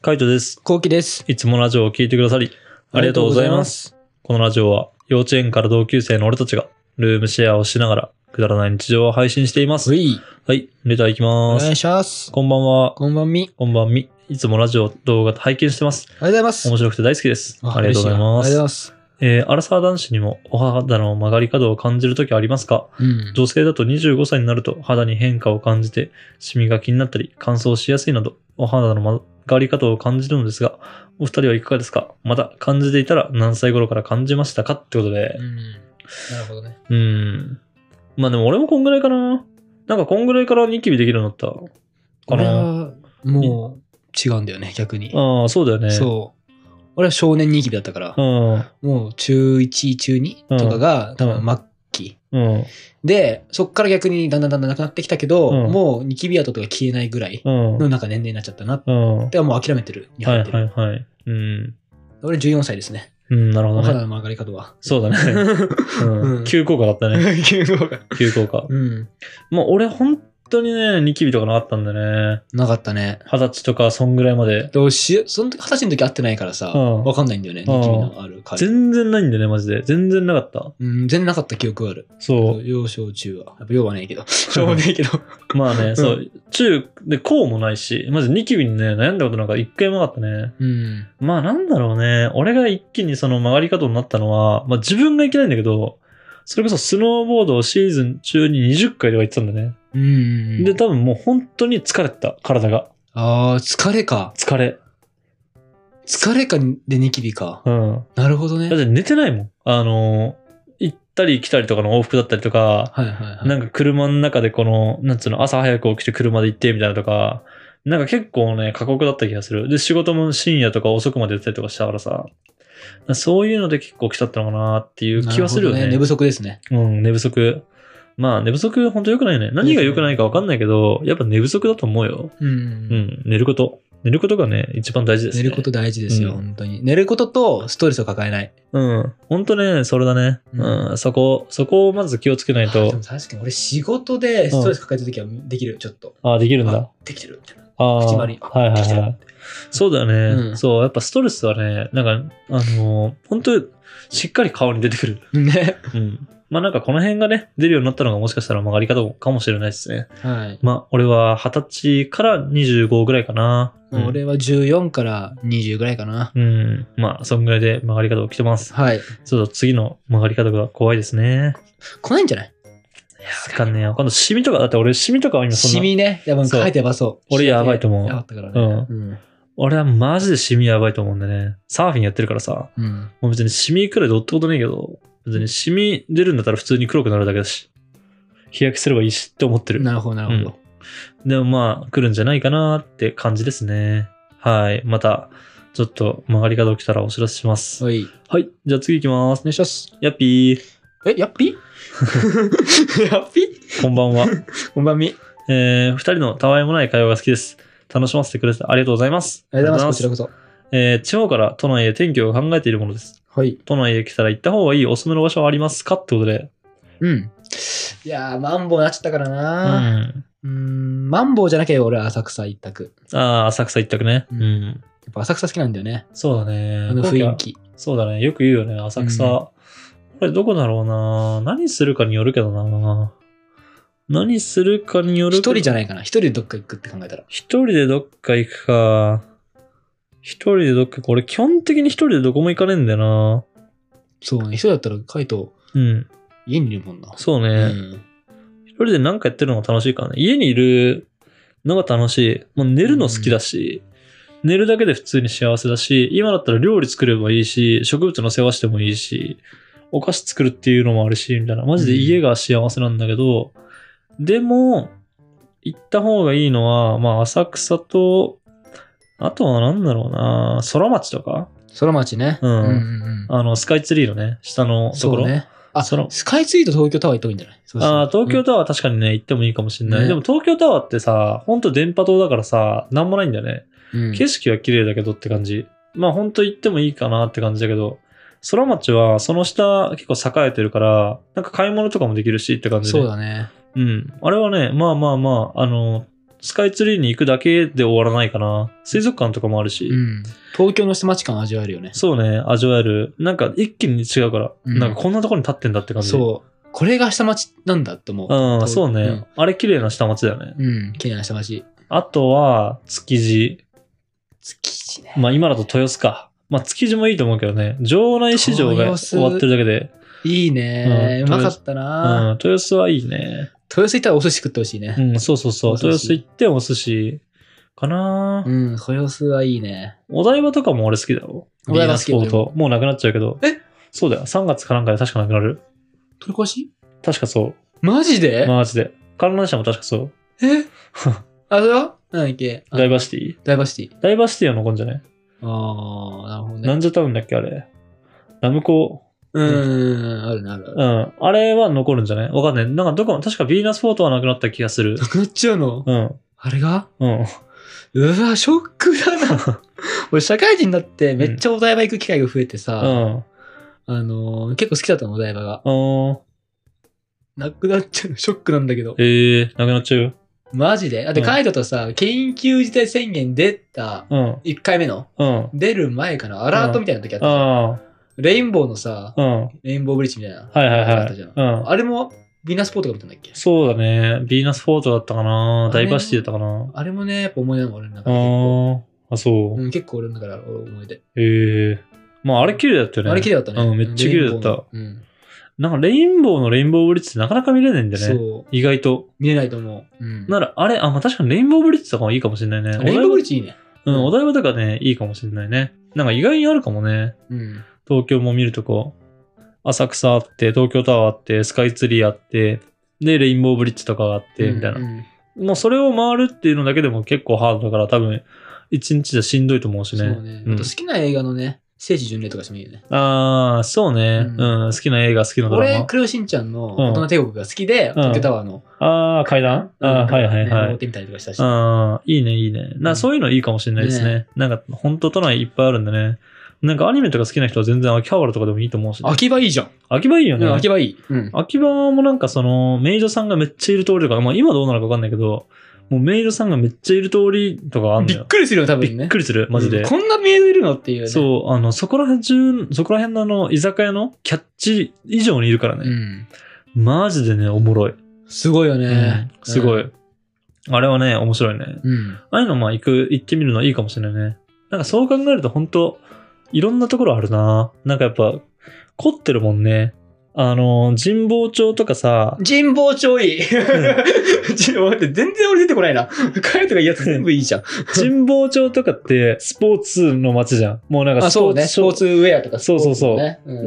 カイトです。 コウキです。 いつもラジオを聞いてくださりありがとうございます。このラジオは幼稚園から同級生の俺たちがルームシェアをしながらくだらない日常を配信しています。はい、レターいきます。 お願いします。 こんばんは。 こんばんみ。 こんばんみ。いつもラジオ動画拝見してます。 ありがとうございます。 面白くて大好きです。ありがとうございます。 ありがとうございます。 アラサー男子にもお肌の曲がり角を感じるときありますか？女性だと25歳になると肌に変化を感じてシミが気になったり乾燥しやすいなどお肌の曲がり角を感じるのですが、お二人はいかがですか？また感じていたら何歳頃から感じましたかってことで。 なるほどね。 まあでも俺もこんぐらいかな。なんかこんぐらいからニキビできるようになったかな。 俺はもう違うんだよね、逆に。 ああ、そうだよね。 そう。俺は少年ニキビだったから、もう中1、中2とかが多分末期。で、そっから逆にだんだんなくなってきたけど、もうニキビ跡とか消えないぐらいのなんか年齢になっちゃったなって、もう諦めてるに入ってる。俺14歳ですね。 なるほどね。 肌の曲がり角は。 そうだね。急降下だったね。 急降下。 急降下。もう俺本当にね、ニキビとかなかったんだね。 なかったね。 20歳とかそんぐらいまで。 その時20歳の時会ってないからさ、わかんないんだよね、ニキビのある感じ。 全然ないんだよね、マジで。全然なかった。 全然なかった記憶がある。そう。幼少中は。やっぱ幼はないけど。小はないけど。 まあね、そう。中で高もないし、まずニキビにね、悩んだことなんか一回もなかったね。まあなんだろうね。俺が一気にその曲がり角になったのは、まあ自分がいけないんだけど、それこそスノーボードをシーズン中に20回とか言ってたんだね。で、多分もう本当に疲れた、体が。 ああ、疲れか。 疲れかでニキビか。なるほどね。 だって寝てないもん。行ったり来たりとかの往復だったりとか、なんか車の中でこの、なんつうの、朝早く起きて車で行ってみたいなとか、なんか結構ね、過酷だった気がする。で、仕事も深夜とか遅くまでやったりとかしたからさ、そういうので結構来ちゃったのかなっていう気はするよね。 寝不足ですね。 寝不足。まあ寝不足本当良くないよね。何が良くないか分かんないけど、やっぱ寝不足だと思うよ。寝ること。寝ることがね、一番大事ですね。 寝ること大事ですよ、本当に。寝ることとストレスを抱えない。 本当ね、それだね。そこをまず気をつけないと。 でも確かに俺仕事でストレス抱えた時はできる、ちょっと。 ああ、できるんだ。 できてるみたいな。口まり。 そうだよね。そう、やっぱストレスはね、なんか、本当しっかり顔に出てくる。 ね。 まあなんかこの辺がね、出るようになったのがもしかしたら曲がり方かもしれないですね。 はい。 まあ俺は20歳から25ぐらいかな。 俺は14から20ぐらいかな。 まあそんぐらいで曲がり方起きてます。 はい。 そう次の曲がり方が怖いですね。 来ないんじゃない？ いや、わかんねえよ。今度シミとか、だって俺シミとかは今そんな。 シミね。やばい、書いてやばそう。 俺やばいと思う。 やばったからね。 俺はマジでシミやばいと思うんでね。サーフィンやってるからさ。もう別にシミくらいどうってことねえけど、別にシミ出るんだったら普通に黒くなるだけだし、日焼けすればいいしって思ってる。 なるほど、なるほど。 でもまあ、来るんじゃないかなって感じですね。はい。また、ちょっと曲がり角来たらお知らせします。はい。じゃあ次行きます。 お願いします。 ヤッピー。 ヤッピーヤッピーこんばんは。 こんばんみ。 二人のたわいもない会話が好きです。楽しませてくれてありがとうございます。 ありがとうございます。こちらこそ。 地方から都内へ転居を考えているものです。都内へ来たら行った方がいいおすすめの場所はありますかってことで。 いやー、マンボウになっちゃったからな。マンボウじゃなきゃ俺は浅草一択。 浅草一択ね。 やっぱ浅草好きなんだよね。 そうだね。 雰囲気。 そうだね。よく言うよね、浅草。これどこだろうな。何するかによるけどな。何するかによるけど。 一人じゃないかな。一人でどっか行くって考えたら。 一人でどっか行くか。俺基本的に一人でどこも行かねえんだよな。 そうね。一人だったらカイト、家にいるもんな。 そうね。一人で何かやってるのが楽しいからね。家にいるのが楽しい。もう寝るの好きだし、寝るだけで普通に幸せだし、今だったら料理作ればいいし、植物の世話してもいいし、お菓子作るっていうのもあるし、みたいな。マジで家が幸せなんだけど、でも、行った方がいいのは、まあ浅草と、あとはなんだろうな、空町とか？ 空町ね。 スカイツリーのね、下のところ。 そうね。スカイツリーと東京タワー行った方がいいんじゃない？ 東京タワー確かにね、行ってもいいかもしれない。でも東京タワーってさ、ほんと電波塔だからさ、なんもないんだよね。景色は綺麗だけどって感じ。まあほんと行ってもいいかなって感じだけど、空町はその下結構栄えてるから、なんか買い物とかもできるしって感じで。 そうだね。 あれはね、まあ、 スカイツリーに行くだけで終わらないかな。水族館とかもあるし。 東京の下町感味わえるよね。 そうね、味わえる。なんか一気に違うから、なんかこんなところに立ってんだって感じ。 そう。これが下町なんだって思う。 そうね。あれ綺麗な下町だよね。 綺麗な下町。 あとは、築地。 築地ね。 まあ今だと豊洲か。まあ築地もいいと思うけどね。場内市場が終わってるだけで。 いいね。うまかったな。 豊洲はいいね。 豊洲行ったらお寿司食ってほしいね。 そうそうそう。豊洲行ってお寿司かな。 豊洲はいいね。 お台場とかも俺好きだろ。 お台場好きだよ。もうなくなっちゃうけど。そうだよ。3月かなんかで確かなくなる。 取り壊し？ 確かそう。 マジで？ マジで。観覧車も確かそう。 あれはなんだっけ？ ダイバーシティ？ ダイバーシティ。 ダイバーシティは残んじゃね？ なるほどね。 なんじゃタウンだっけあれ。ラムコ。 あるね、ある。 あれは残るんじゃない？わかんない。なんかどこも、確かヴィーナスフォートはなくなった気がする。 なくなっちゃうの？あれが？ うわ、ショックだな。俺、社会人になってめっちゃお台場行く機会が増えてさ、結構好きだったの、お台場が。なくなっちゃう。ショックなんだけど。 なくなっちゃう？ マジで？だってカイトとさ、緊急事態宣言出た、1回目の、出る前かな、アラートみたいな時あったじゃん。レインボーのさ、レインボーブリッジみたいな。あったじゃん。あれも、ヴィーナスフォートが見たんだっけ？ そうだね。ヴィーナスフォートだったかな。ダイバーシティだったかな。 あれもね、やっぱ思い出の俺の中で。 そう。 結構俺の中で思い出。 まあ、あれ綺麗だったよね。 あれ綺麗だったね。 めっちゃ綺麗だった。なんかレインボーのレインボーブリッジってなかなか見れないんだよね。そう。意外と。 見れないと思う。なら、あれ、まあ確かにレインボーブリッジとかもいいかもしれないね。 レインボーブリッジいいね。 お台場とかね、いいかもしれないね。なんか意外にあるかもね。東京も見るとこ。浅草あって、東京タワーあって、スカイツリーあって、で、レインボーブリッジとかがあって、みたいな。もうそれを回るっていうのだけでも結構ハードだから多分、一日じゃしんどいと思うしね。 そうね。あと好きな映画のね、聖地巡礼とかしてもいいよね。 そうね。好きな映画、好きなドラマ。 俺、クレヨンしんちゃんの大人帝国が好きで、東京タワーの。 階段はいはいはい。 登ってみたりとかしたし。 いいねいいね。そういうのいいかもしれないですね。なんか、本当都内いっぱいあるんでね。なんかアニメとか好きな人は全然秋葉原とかでもいいと思うし、ね。 秋葉いいじゃん。 秋葉いいよね。 秋葉いい。 秋葉もなんかメイドさんがめっちゃいる通りとか、まあ今どうなのかわかんないけど、もうメイドさんがめっちゃいる通りとかあんのよ。 びっくりするよ、多分ね。 びっくりする、マジで。 こんなメイドいるのっていうね。 そう、そこら辺の居酒屋のキャッチ以上にいるからね。マジでね、おもろい。 すごいよね。 すごい。あれはね、面白いね。ああいうのまあ行ってみるのいいかもしれないね。なんかそう考えると本当いろんなところあるな。なんかやっぱ、凝ってるもんね。神保町とかさ。 神保町いい。待って、全然俺出てこないな。カヤとかいいやつ全部いいじゃん。 神保町とかってスポーツの街じゃん。もうなんかスポーツウェアとか。 そうそうそう。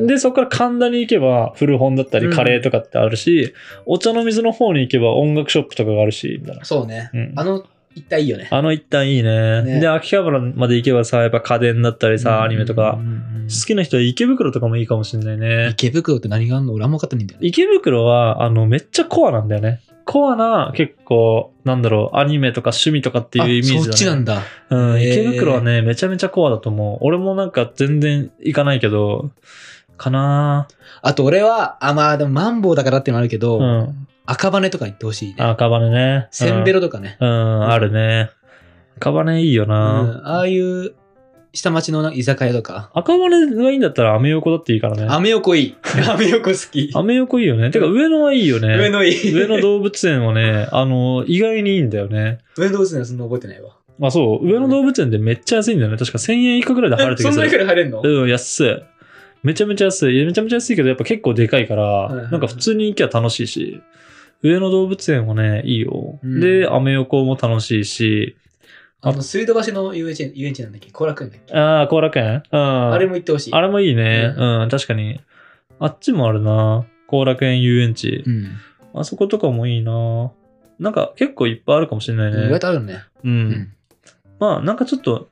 で、そこから神田に行けば古本だったりカレーとかってあるし、お茶の水の方に行けば音楽ショップとかがあるし、みたいな。 そうね。一体いいよね。 一体いいね。で、秋葉原まで行けばさ、やっぱ家電だったりさ、アニメとか。好きな人は池袋とかもいいかもしれないね。 池袋って何があんの？俺あんま分かってないんだよね。 池袋は、めっちゃコアなんだよね。コアな、結構、アニメとか趣味とかっていうイメージだね。 そっちなんだ。 池袋はね、めちゃめちゃコアだと思う。俺もなんか全然行かないけど、かな。 あと俺は、まあでもマンボウだからっていうのあるけど、赤羽とか行ってほしいね。 赤羽ね。 センベロとかね。 あるね。赤羽いいよな。 ああいう下町の居酒屋とか。 赤羽がいいんだったらアメ横だっていいからね。 アメ横いい。アメ横好き。 アメ横いいよね。てか上野はいいよね。 上野いい。 上野動物園はね、意外にいいんだよね。 上野動物園はそんな覚えてないわ。 そう。上野動物園でめっちゃ安いんだよね。確か1000円以下ぐらいで入るときそんなにくらい入れんの？ 安い。めちゃめちゃ安い。めちゃめちゃ安いけど、やっぱ結構でかいから、なんか普通に行きゃ楽しいし、上野動物園はね、いいよ。で、アメ横も楽しいし、 水道橋の遊園地なんだっけ？後楽園だっけ？ 後楽園？ あれも行ってほしい。 あれもいいね。確かに。あっちもあるな。後楽園遊園地。あそことかもいいな。なんか結構いっぱいあるかもしれないね。 意外とあるね。 まあなんかちょっと、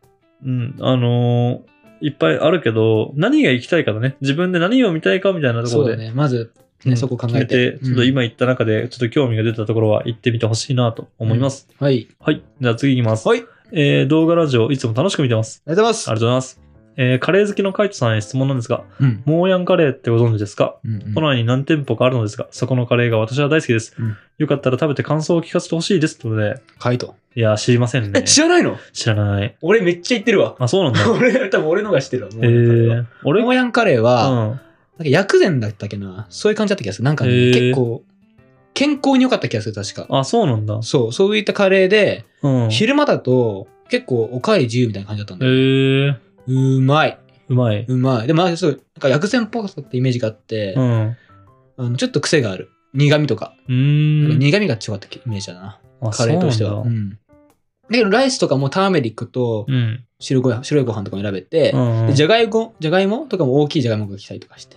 いっぱいあるけど、何が行きたいかだね。自分で何を見たいかみたいなところで。 そうだね。まず、そこ考えて。 ちょっと今言った中で、ちょっと興味が出たところは行ってみてほしいなと思います。 はい。 はい。じゃあ次行きます。 はい。 動画ラジオいつも楽しく見てます。 ありがとうございます。 ありがとうございます。 カレー好きのカイトさんへ質問なんですが、 うん。 モーヤンカレーってご存知ですか？ うん都内に何店舗かあるのですが、そこのカレーが私は大好きです。 うんよかったら食べて感想を聞かせてほしいです。ということで、 カイト。 いや、知りませんね。 知らないの？ 知らない。 俺めっちゃ言ってるわ。 あ、そうなんだ。 多分俺のが知ってるわ。 俺、 モーヤンカレーは、 うん。 なんか薬膳だったっけな。そういう感じだった気がする。なんかね、結構、健康に良かった気がする、確か。 あ、そうなんだ。 そういったカレーで、 うん。 昼間だと結構おかわり自由みたいな感じだったんだよ。うまい。 うまい。 うまい。でもなんか薬膳っぽさってイメージがあって、ちょっと癖がある。苦味とか。苦味が強かったイメージだな。カレーとしては。だけどライスとかもターメリックと白いご飯とかも選べて、でじゃがいもとかも大きいじゃがいもが来たりとかして。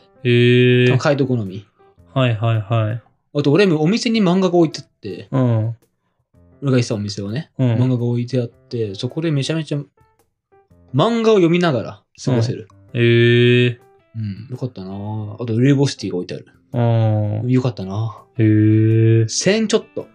カイト好み。 はいはいはい。 あと俺もお店に漫画が置いてあって、俺が行ってたお店をね、漫画が置いてあって、そこでめちゃめちゃ漫画を読みながら過ごせる。よかったな。あとルイボスティーが置いてある。よかったな。1000ちょっと。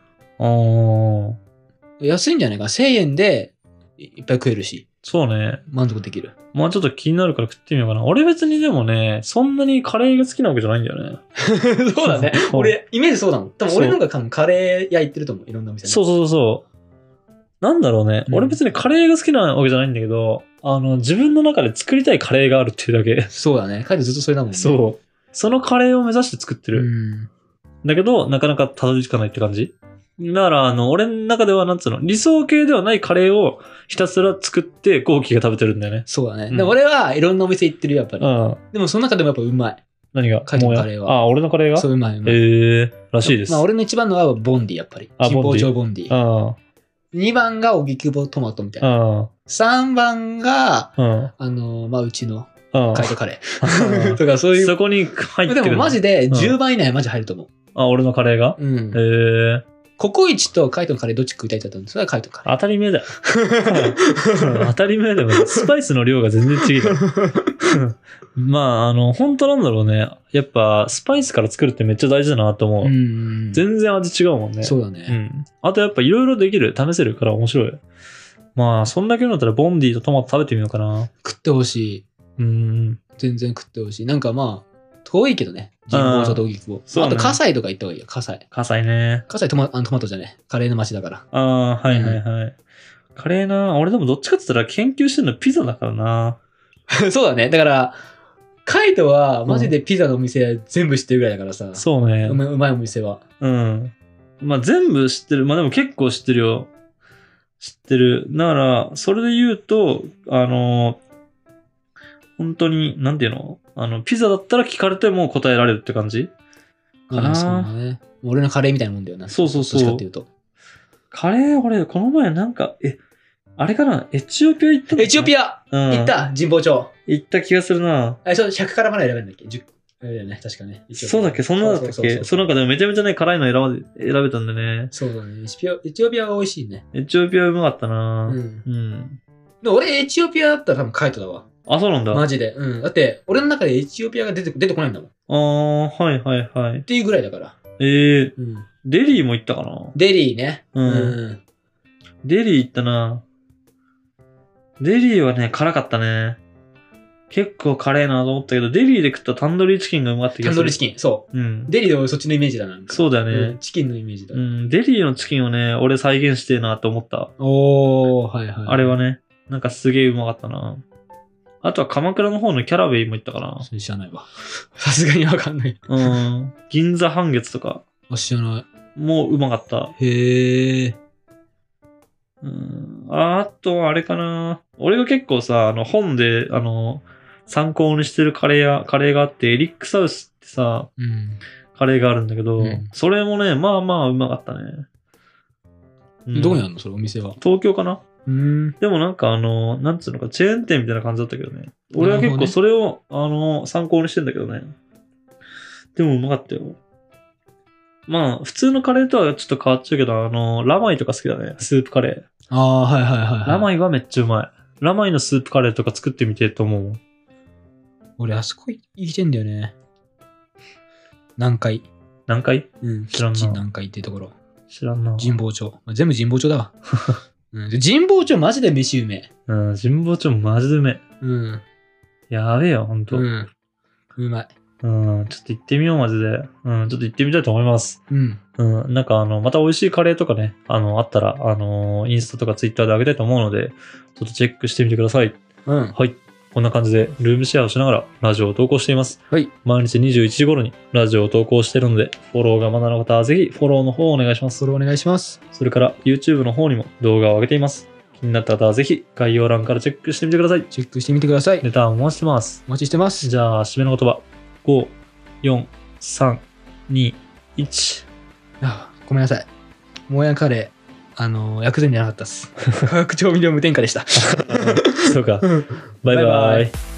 安いんじゃないか。1000円でいっぱい食えるし。 そうね。 満足できる。 まあちょっと気になるから食ってみようかな。俺別にでもね、そんなにカレーが好きなわけじゃないんだよね。 そうだね。俺、イメージそうだもん。多分俺の方がカレー屋行ってると思う。いろんなお店に。 そう。なんだろうね。俺別にカレーが好きなわけじゃないんだけど、自分の中で作りたいカレーがあるっていうだけ。 そうだね。カイトずっとそれだもんね。 そう。そのカレーを目指して作ってる。だけど、なかなかたどり着かないって感じ。だから、俺の中では、なんつうの、理想系ではないカレーをひたすら作って、ゴーキが食べてるんだよね。 そうだね。で俺はいろんなお店行ってるよ、やっぱり。でもその中でもやっぱうまい。 何が？ カイトのカレーは。 あ、俺のカレーが？ そう、うまい。 らしいです。 まあ、俺の一番のはボンディ、やっぱり。神保町ボンディ。2番が荻窪トマトみたいな。3番が、うちのカイトカレー。とかそういう。 そこに入ってる。 でもマジで10番以内はマジ入ると思う。 あ、俺のカレーが？ココイチとカイトのカレーどっち食いたいって言ったんですか？カイトカレー。 当たり前だよ。当たり前だよ。スパイスの量が全然違う。まあ、本当なんだろうね。やっぱ、スパイスから作るってめっちゃ大事だなと思う。全然味違うもんね。 そうだね。 あとやっぱいろいろできる、試せるから面白い。まあ、そんだけ言うんだったらボンディとトマト食べてみようかな。 食ってほしい。全然食ってほしい。なんかまあ、遠いけどね。神保町と荻窪。あと、葛西とか行った方がいいよ、葛西。 葛西ね。 葛西トマトじゃね。カレーの街だから。 はいはいはい。カレーな。俺でもどっちかって言ったら研究してるのピザだからな。 そうだね。だから、カイトはマジでピザのお店全部知ってるぐらいだからさ。 そうね。 うまいお店は。 まあ全部知ってる。まあでも結構知ってるよ。知ってる。だから、それで言うと、本当に、なんていうの？ピザだったら聞かれても答えられるって感じかな。 そうね。俺のカレーみたいなもんだよな。 そう。 どっちかっていうと。 カレー、俺、この前なんか、あれかな？エチオピア行ったの？ エチオピア行った神保町。 行った気がするな。 100からまだ選べるんだっけ？ 10。ね、確かね。 そうだっけ？そんなだったっけ？そうなんかでもめちゃめちゃね、辛いの選べたんでね。 そうだね。エチオピアは美味しいね。 エチオピアうまかったな。 で俺、エチオピアだったら多分カイトだわ。 あ、そうなんだ。 マジで。だって、俺の中でエチオピアが出てこないんだもん。 はいはいはい。 っていうぐらいだから。 デリーも行ったかな？ デリーね。 デリー行ったな。デリーはね、辛かったね。結構辛いなと思ったけど、デリーで食ったタンドリーチキンがうまかった気がする。 タンドリーチキン、そう。デリーはそっちのイメージだな。 そうだよね。 チキンのイメージだ。 デリーのチキンをね、俺再現してえなと思った。 はいはい。 あれはね、なんかすげえうまかったな。あとは鎌倉の方のキャラベイも行ったかな。 それ知らないわ。さすがにわかんない。 銀座半月とか。 知らない。 もううまかった。 へえ。 あと、あれかな。俺が結構さ、本で、参考にしてるカレーがあって、エリックサウスってさ、カレーがあるんだけど、それもね、まあまあうまかったね。 どこにあるのそれお店は。 東京かな。でもなんかなんつうのか、チェーン店みたいな感じだったけどね。俺は結構それを、参考にしてんだけどね。でもうまかったよ。まあ、普通のカレーとはちょっと変わっちゃうけど、ラマイとか好きだね。スープカレー。 はいはいはい。 ラマイはめっちゃうまい。ラマイのスープカレーとか作ってみてと思う。 俺、あそこ行きてんだよね。南海知らんな。 南海っていうところ。 知らんな。 神保町。全部神保町だわ。神保町マジで飯うめえ。 神保町マジでうめえ。 やべえよ、ほんと。 うん。うまい。 ちょっと行ってみよう、マジで。ちょっと行ってみたいと思います。 うん。 なんかまた美味しいカレーとかね、あったら、インスタとかツイッターであげたいと思うので、ちょっとチェックしてみてください。 うん。 はい。こんな感じで、ルームシェアをしながらラジオを投稿しています。 はい。 毎日21時頃にラジオを投稿しているので、フォローがまだの方はぜひフォローの方をお願いします。 それお願いします。 それから YouTube の方にも動画を上げています。気になった方はぜひ概要欄からチェックしてみてください。 チェックしてみてください。 レターンお待ちしてます。 お待ちしてます。 じゃあ、締めの言葉。5、4、3、2、1。 ごめんなさい。もやカレー、薬膳じゃなかったっす。化学調味料無添加でした。 そうか。バイバイ。